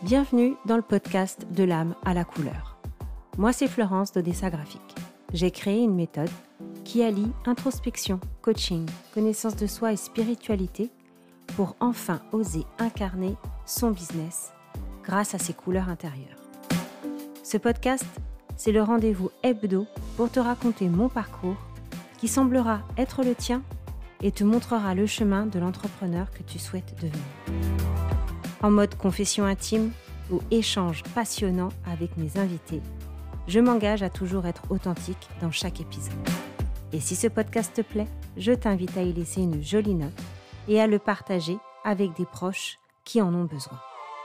Bienvenue dans le podcast de l'âme à la couleur. Moi, c'est Florence d'Odessa Graphique. J'ai créé une méthode qui allie introspection, coaching, connaissance de soi et spiritualité pour enfin oser incarner son business grâce à ses couleurs intérieures. Ce podcast, c'est le rendez-vous hebdo pour te raconter mon parcours qui semblera être le tien et te montrera le chemin de l'entrepreneur que tu souhaites devenir. En mode confession intime ou échange passionnant avec mes invités, je m'engage à toujours être authentique dans chaque épisode. Et si ce podcast te plaît, je t'invite à y laisser une jolie note et à le partager avec des proches qui en ont besoin.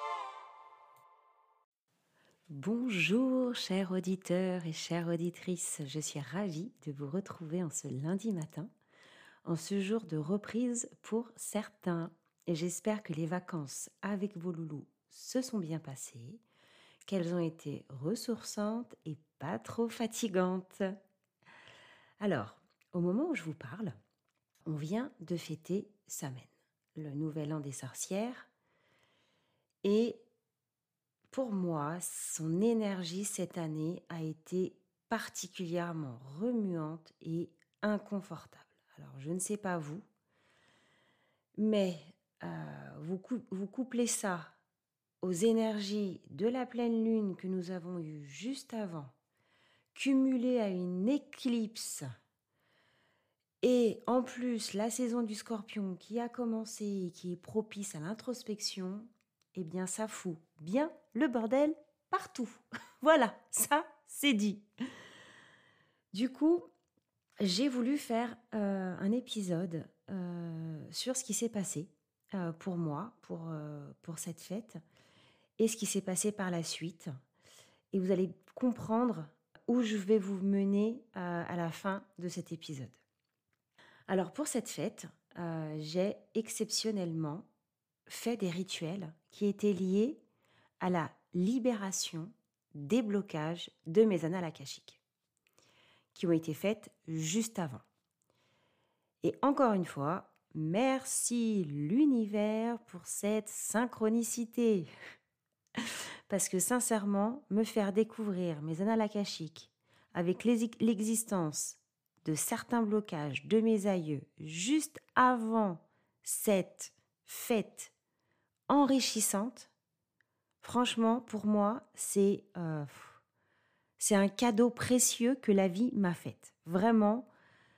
Bonjour chers auditeurs et chères auditrices, je suis ravie de vous retrouver en ce lundi matin, en ce jour de reprise pour certains. Et j'espère que les vacances avec vos loulous se sont bien passées, qu'elles ont été ressourçantes et pas trop fatigantes. Alors, au moment où je vous parle, on vient de fêter Samhain, le nouvel an des sorcières. Et pour moi, son énergie cette année a été particulièrement remuante et inconfortable. Alors, je ne sais pas vous, mais vous couplez ça aux énergies de la pleine lune que nous avons eue juste avant, cumulées à une éclipse, et en plus la saison du Scorpion qui a commencé et qui est propice à l'introspection, eh bien ça fout bien le bordel partout. Voilà, ça c'est dit. Du coup, j'ai voulu faire un épisode sur ce qui s'est passé pour moi, pour cette fête, et ce qui s'est passé par la suite. Et vous allez comprendre où je vais vous mener à la fin de cet épisode. Alors pour cette fête, j'ai exceptionnellement fait des rituels qui étaient liés à la libération, déblocage de mes annales akashiques, qui ont été faites juste avant. Et encore une fois, merci l'univers pour cette synchronicité. Parce que sincèrement, me faire découvrir mes annales akashiques avec l'existence de certains blocages de mes aïeux juste avant cette fête enrichissante, franchement, pour moi, c'est un cadeau précieux que la vie m'a fait. Vraiment,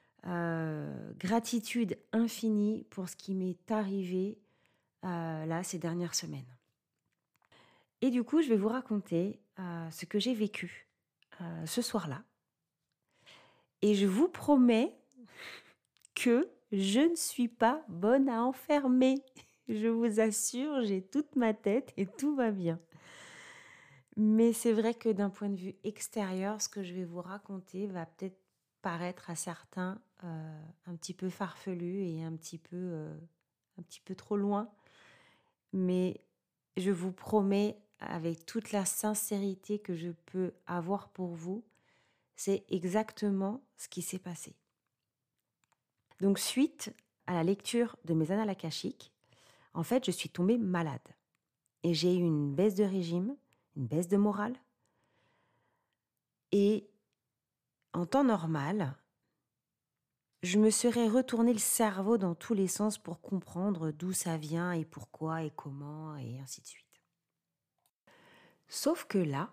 gratitude infinie pour ce qui m'est arrivé là ces dernières semaines. Et du coup, je vais vous raconter ce que j'ai vécu ce soir-là. Et je vous promets que je ne suis pas bonne à enfermer. Je vous assure, j'ai toute ma tête et tout va bien. Mais c'est vrai que d'un point de vue extérieur, ce que je vais vous raconter va peut-être paraître à certains un petit peu farfelu et un petit peu trop loin. Mais je vous promets, avec toute la sincérité que je peux avoir pour vous, c'est exactement ce qui s'est passé. Donc, suite à la lecture de mes annales akashiques, en fait, je suis tombée malade. Et j'ai eu une baisse de régime, une baisse de morale. Et en temps normal, je me serais retourné le cerveau dans tous les sens pour comprendre d'où ça vient et pourquoi et comment et ainsi de suite. Sauf que là,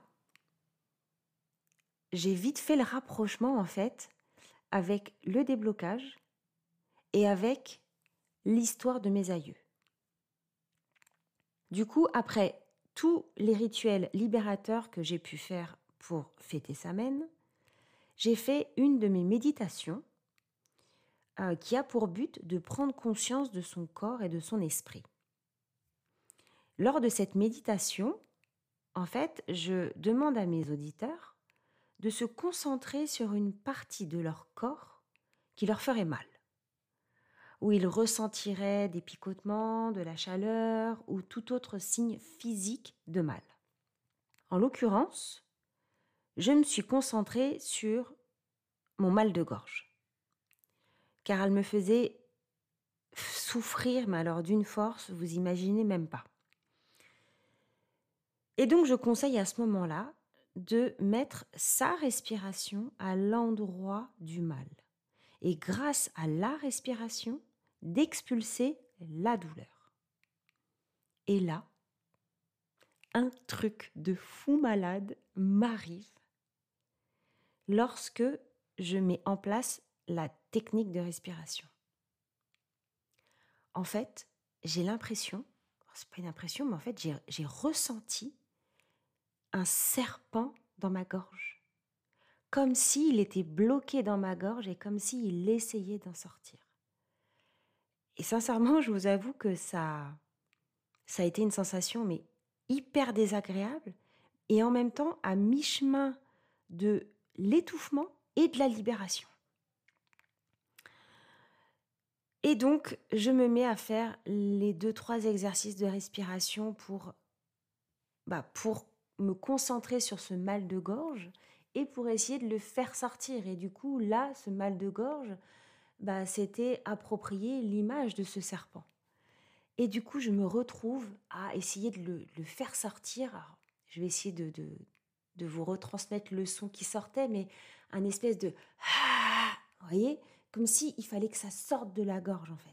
j'ai vite fait le rapprochement en fait avec le déblocage et avec l'histoire de mes aïeux. Du coup, après tous les rituels libérateurs que j'ai pu faire pour fêter Samhain, j'ai fait une de mes méditations qui a pour but de prendre conscience de son corps et de son esprit. Lors de cette méditation, en fait, je demande à mes auditeurs de se concentrer sur une partie de leur corps qui leur ferait mal, où ils ressentiraient des picotements, de la chaleur ou tout autre signe physique de mal. En l'occurrence, je me suis concentrée sur mon mal de gorge, car elle me faisait souffrir, mais alors d'une force, vous imaginez même pas. Et donc, je conseille à ce moment-là de mettre sa respiration à l'endroit du mal. Et grâce à la respiration, d'expulser la douleur. Et là, un truc de fou malade m'arrive lorsque je mets en place la technique de respiration. En fait, j'ai l'impression, c'est pas une impression, mais en fait, j'ai ressenti un serpent dans ma gorge. Comme s'il était bloqué dans ma gorge et comme s'il essayait d'en sortir. Et sincèrement, je vous avoue que ça a été une sensation mais hyper désagréable et en même temps à mi-chemin de l'étouffement et de la libération. Et donc, je me mets à faire les 2-3 exercices de respiration pour me concentrer sur ce mal de gorge et pour essayer de le faire sortir. Et du coup, là, ce mal de gorge, c'était approprier l'image de ce serpent. Et du coup, je me retrouve à essayer de le faire sortir. Alors, je vais essayer de vous retransmettre le son qui sortait, mais un espèce de ah, vous voyez, comme s'il fallait que ça sorte de la gorge en fait.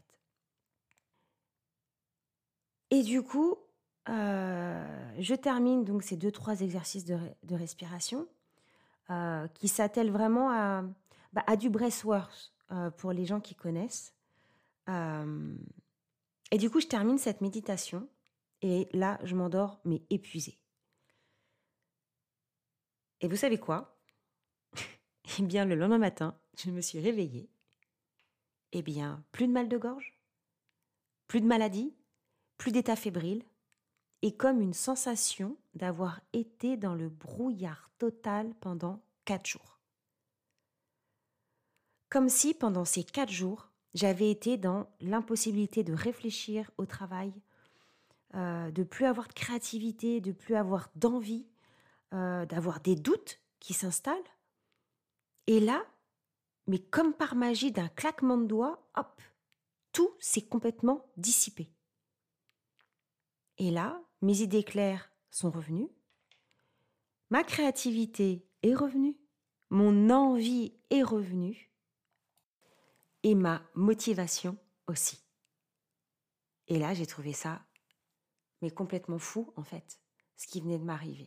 Et du coup, je termine donc ces 2-3 exercices de respiration qui s'attellent vraiment à du breathwork pour les gens qui connaissent. Et du coup, je termine cette méditation et là, je m'endors, mais épuisée. Et vous savez quoi? Eh bien, le lendemain matin, je me suis réveillée. Eh bien, plus de mal de gorge, plus de maladie, plus d'état fébrile, et comme une sensation d'avoir été dans le brouillard total pendant 4 jours. Comme si, pendant ces 4 jours, j'avais été dans l'impossibilité de réfléchir au travail, de plus avoir de créativité, de plus avoir d'envie, d'avoir des doutes qui s'installent. Et là, mais comme par magie d'un claquement de doigts, hop, tout s'est complètement dissipé. Et là, mes idées claires sont revenues, ma créativité est revenue, mon envie est revenue et ma motivation aussi. Et là, j'ai trouvé ça mais complètement fou en fait, ce qui venait de m'arriver.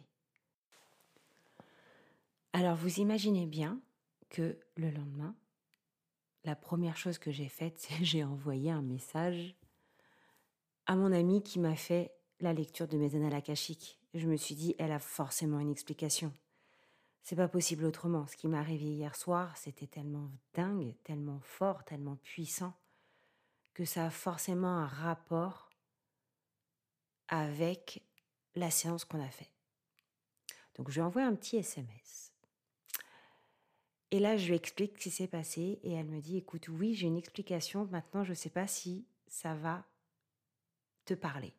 Alors vous imaginez bien que le lendemain, la première chose que j'ai faite, c'est que j'ai envoyé un message à mon amie qui m'a fait la lecture de mes annales akashiques. Je me suis dit, elle a forcément une explication. C'est pas possible autrement. Ce qui m'est arrivé hier soir, c'était tellement dingue, tellement fort, tellement puissant, que ça a forcément un rapport avec la séance qu'on a fait. Donc je lui envoie un petit SMS. Et là, je lui explique ce qui s'est passé et elle me dit, écoute, oui, j'ai une explication. Maintenant, je ne sais pas si ça va te parler.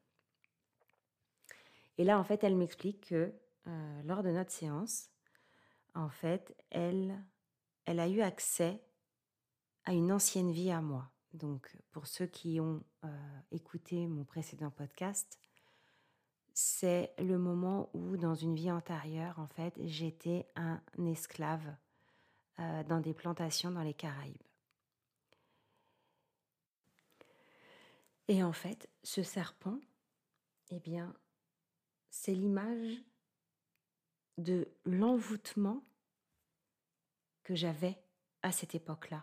Et là, en fait, elle m'explique que lors de notre séance, en fait, elle a eu accès à une ancienne vie à moi. Donc, pour ceux qui ont écouté mon précédent podcast, c'est le moment où, dans une vie antérieure, en fait, j'étais un esclave dans des plantations dans les Caraïbes. Et en fait, ce serpent, eh bien, c'est l'image de l'envoûtement que j'avais à cette époque-là.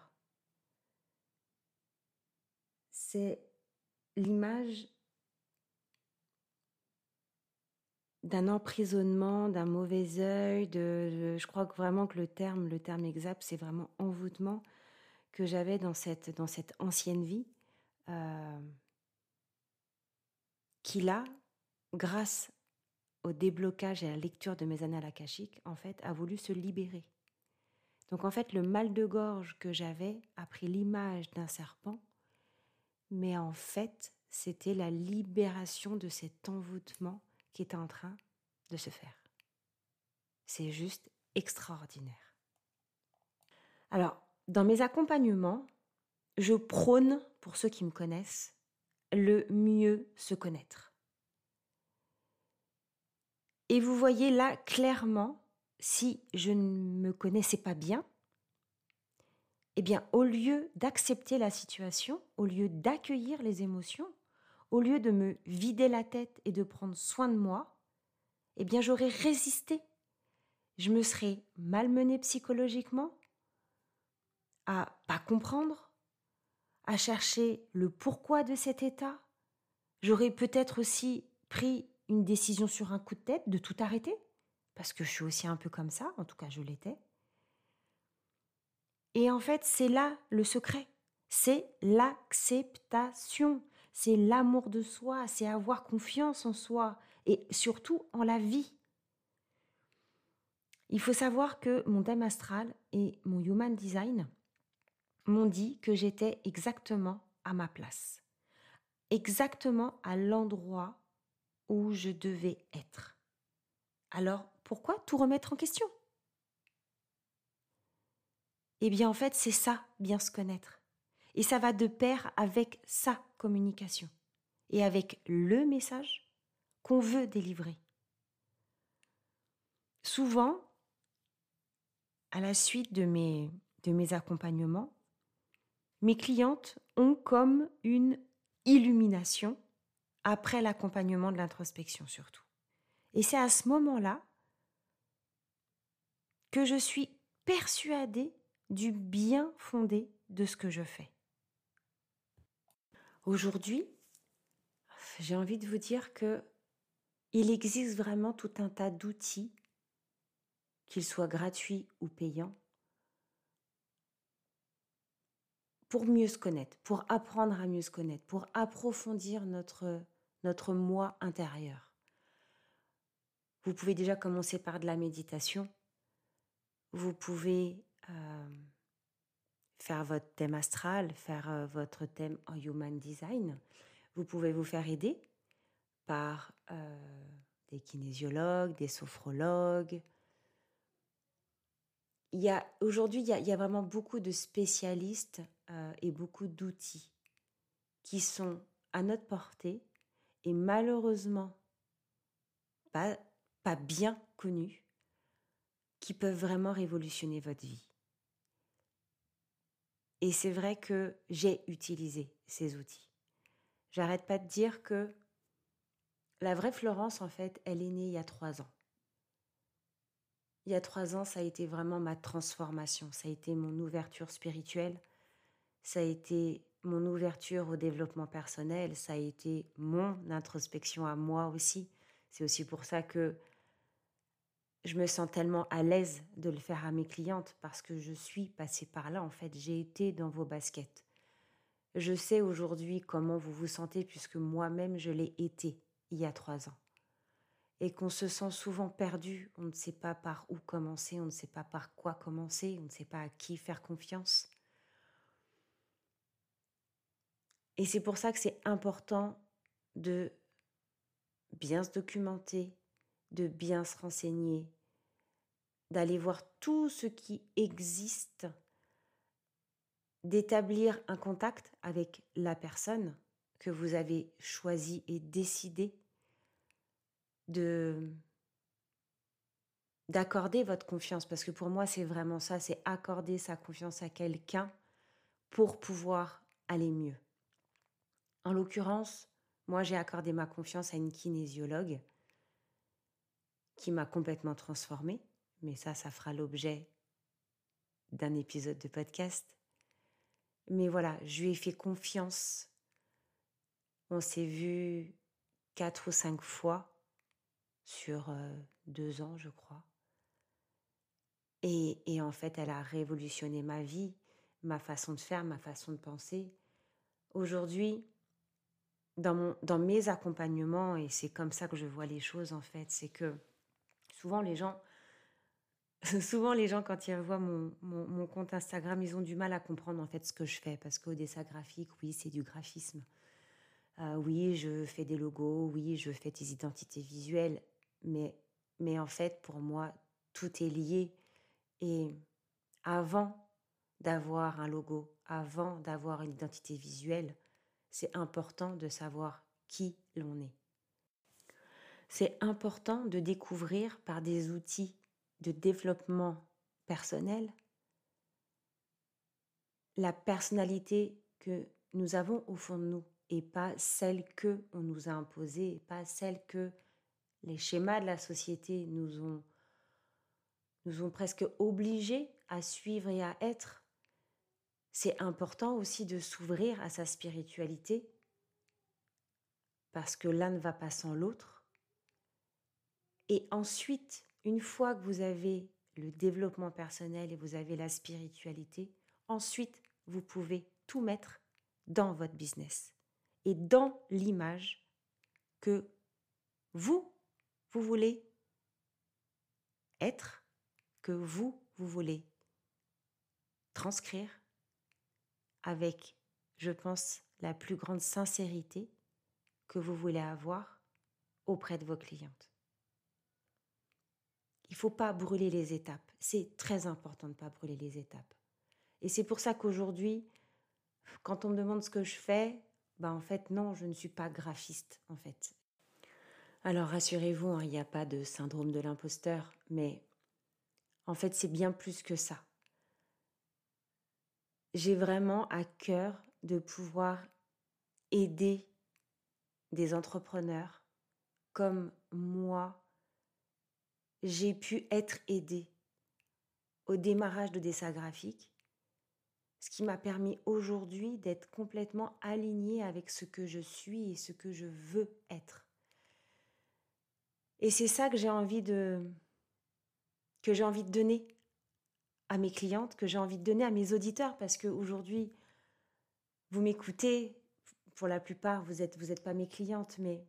C'est l'image d'un emprisonnement, d'un mauvais œil, je crois que vraiment que le terme exact, c'est vraiment envoûtement que j'avais dans cette ancienne vie, qui là, grâce au déblocage et à la lecture de mes annales akashiques, en fait, a voulu se libérer. Donc en fait, le mal de gorge que j'avais a pris l'image d'un serpent, mais en fait, c'était la libération de cet envoûtement qui était en train de se faire. C'est juste extraordinaire. Alors, dans mes accompagnements, je prône, pour ceux qui me connaissent, le mieux se connaître. Et vous voyez là clairement, si je ne me connaissais pas bien, eh bien, au lieu d'accepter la situation, au lieu d'accueillir les émotions, au lieu de me vider la tête et de prendre soin de moi, eh bien, j'aurais résisté. Je me serais malmenée psychologiquement, à pas comprendre, à chercher le pourquoi de cet état. J'aurais peut-être aussi pris une décision sur un coup de tête, de tout arrêter, parce que je suis aussi un peu comme ça, en tout cas je l'étais. Et en fait, c'est là le secret. C'est l'acceptation, c'est l'amour de soi, c'est avoir confiance en soi et surtout en la vie. Il faut savoir que mon thème astral et mon human design m'ont dit que j'étais exactement à ma place, exactement à l'endroit où je devais être. Alors, pourquoi tout remettre en question? Eh bien, en fait, c'est ça, bien se connaître. Et ça va de pair avec sa communication et avec le message qu'on veut délivrer. Souvent, à la suite de mes accompagnements, mes clientes ont comme une illumination après l'accompagnement de l'introspection surtout. Et c'est à ce moment-là que je suis persuadée du bien fondé de ce que je fais. Aujourd'hui, j'ai envie de vous dire que il existe vraiment tout un tas d'outils, qu'ils soient gratuits ou payants, pour mieux se connaître, pour apprendre à mieux se connaître, pour approfondir notre moi intérieur. Vous pouvez déjà commencer par de la méditation. Vous pouvez faire votre thème astral, faire votre thème en human design. Vous pouvez vous faire aider par des kinésiologues, des sophrologues. Aujourd'hui, il y a vraiment beaucoup de spécialistes et beaucoup d'outils qui sont à notre portée et malheureusement pas bien connus, qui peuvent vraiment révolutionner votre vie. Et c'est vrai que j'ai utilisé ces outils. J'arrête pas de dire que la vraie Florence, en fait, elle est née il y a 3 ans. Il y a 3 ans, ça a été vraiment ma transformation, ça a été mon ouverture spirituelle, ça a été mon ouverture au développement personnel, ça a été mon introspection à moi aussi. C'est aussi pour ça que je me sens tellement à l'aise de le faire à mes clientes parce que je suis passée par là, en fait, j'ai été dans vos baskets. Je sais aujourd'hui comment vous vous sentez puisque moi-même je l'ai été il y a 3 ans. Et qu'on se sent souvent perdu, on ne sait pas par où commencer, on ne sait pas par quoi commencer, on ne sait pas à qui faire confiance. Et c'est pour ça que c'est important de bien se documenter, de bien se renseigner, d'aller voir tout ce qui existe, d'établir un contact avec la personne que vous avez choisie et décidé d'accorder votre confiance. Parce que pour moi, c'est vraiment ça, c'est accorder sa confiance à quelqu'un pour pouvoir aller mieux. En l'occurrence, moi, j'ai accordé ma confiance à une kinésiologue qui m'a complètement transformée. Mais ça fera l'objet d'un épisode de podcast. Mais voilà, je lui ai fait confiance. On s'est vu 4 ou 5 fois sur 2 ans, je crois. Et en fait, elle a révolutionné ma vie, ma façon de faire, ma façon de penser. Aujourd'hui, dans mes accompagnements, et c'est comme ça que je vois les choses en fait, c'est que souvent les gens, quand ils voient mon compte Instagram, ils ont du mal à comprendre en fait ce que je fais, parce qu'Odessa Graphique, oui, c'est du graphisme. Oui, je fais des logos, oui, je fais des identités visuelles, mais en fait, pour moi, tout est lié. Et avant d'avoir un logo, avant d'avoir une identité visuelle, c'est important de savoir qui l'on est. c'est important de découvrir par des outils de développement personnel la personnalité que nous avons au fond de nous et pas celle que on nous a imposée et pas celle que les schémas de la société nous ont presque obligés à suivre et à être. C'est important aussi de s'ouvrir à sa spiritualité parce que l'un ne va pas sans l'autre. Et ensuite, une fois que vous avez le développement personnel et vous avez la spiritualité, ensuite, vous pouvez tout mettre dans votre business et dans l'image que vous voulez être, que vous voulez transcrire avec, je pense, la plus grande sincérité que vous voulez avoir auprès de vos clientes. Il ne faut pas brûler les étapes. C'est très important de ne pas brûler les étapes. Et c'est pour ça qu'aujourd'hui, quand on me demande ce que je fais, en fait, non, je ne suis pas graphiste, en fait. Alors rassurez-vous, il n'y a pas de syndrome de l'imposteur, mais en fait, c'est bien plus que ça. J'ai vraiment à cœur de pouvoir aider des entrepreneurs comme moi, j'ai pu être aidée au démarrage de Dessins Graphiques, ce qui m'a permis aujourd'hui d'être complètement alignée avec ce que je suis et ce que je veux être. Et c'est ça que j'ai envie de donner à mes clientes, que j'ai envie de donner à mes auditeurs, parce qu'aujourd'hui, vous m'écoutez, pour la plupart, vous êtes pas mes clientes, mais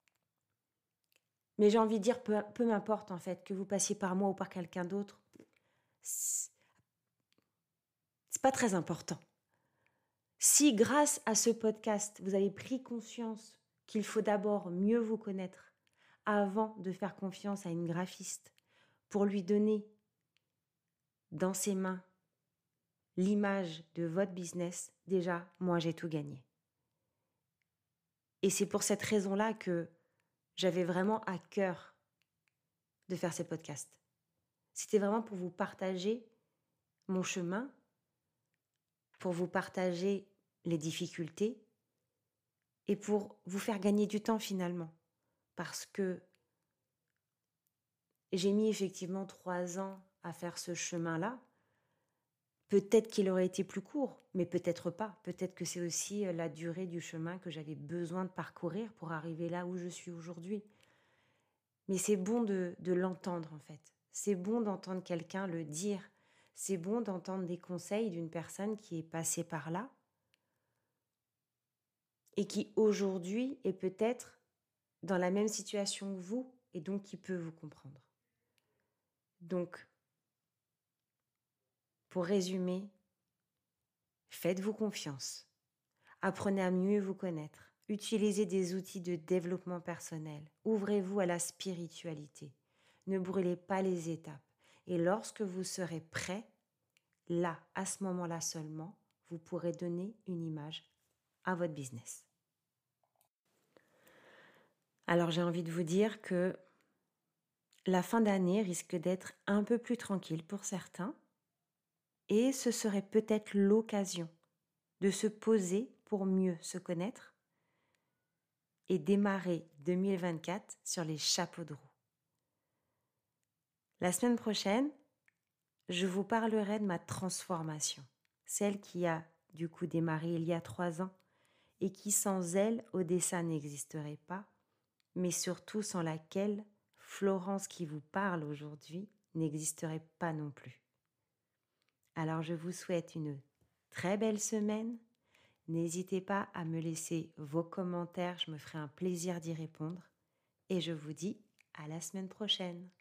j'ai envie de dire, peu m'importe en fait, que vous passiez par moi ou par quelqu'un d'autre, c'est pas très important. Si grâce à ce podcast, vous avez pris conscience qu'il faut d'abord mieux vous connaître avant de faire confiance à une graphiste pour lui donner dans ses mains l'image de votre business, déjà, moi, j'ai tout gagné. Et c'est pour cette raison-là que j'avais vraiment à cœur de faire ces podcasts. C'était vraiment pour vous partager mon chemin, pour vous partager les difficultés et pour vous faire gagner du temps finalement. Parce que j'ai mis effectivement 3 ans à faire ce chemin-là. Peut-être qu'il aurait été plus court, mais peut-être pas. Peut-être que c'est aussi la durée du chemin que j'avais besoin de parcourir pour arriver là où je suis aujourd'hui. Mais c'est bon de l'entendre en fait. C'est bon d'entendre quelqu'un le dire. C'est bon d'entendre des conseils d'une personne qui est passée par là et qui aujourd'hui est peut-être dans la même situation que vous et donc qui peut vous comprendre. Donc, pour résumer, faites-vous confiance. Apprenez à mieux vous connaître. Utilisez des outils de développement personnel. Ouvrez-vous à la spiritualité. Ne brûlez pas les étapes. Et lorsque vous serez prêt, là, à ce moment-là seulement, vous pourrez donner une image à votre business. Alors j'ai envie de vous dire que la fin d'année risque d'être un peu plus tranquille pour certains et ce serait peut-être l'occasion de se poser pour mieux se connaître et démarrer 2024 sur les chapeaux de roue. La semaine prochaine, je vous parlerai de ma transformation, celle qui a du coup démarré il y a 3 ans et qui sans elle, Odessa n'existerait pas, mais surtout sans laquelle Florence qui vous parle aujourd'hui n'existerait pas non plus. Alors je vous souhaite une très belle semaine. N'hésitez pas à me laisser vos commentaires, je me ferai un plaisir d'y répondre. Et je vous dis à la semaine prochaine.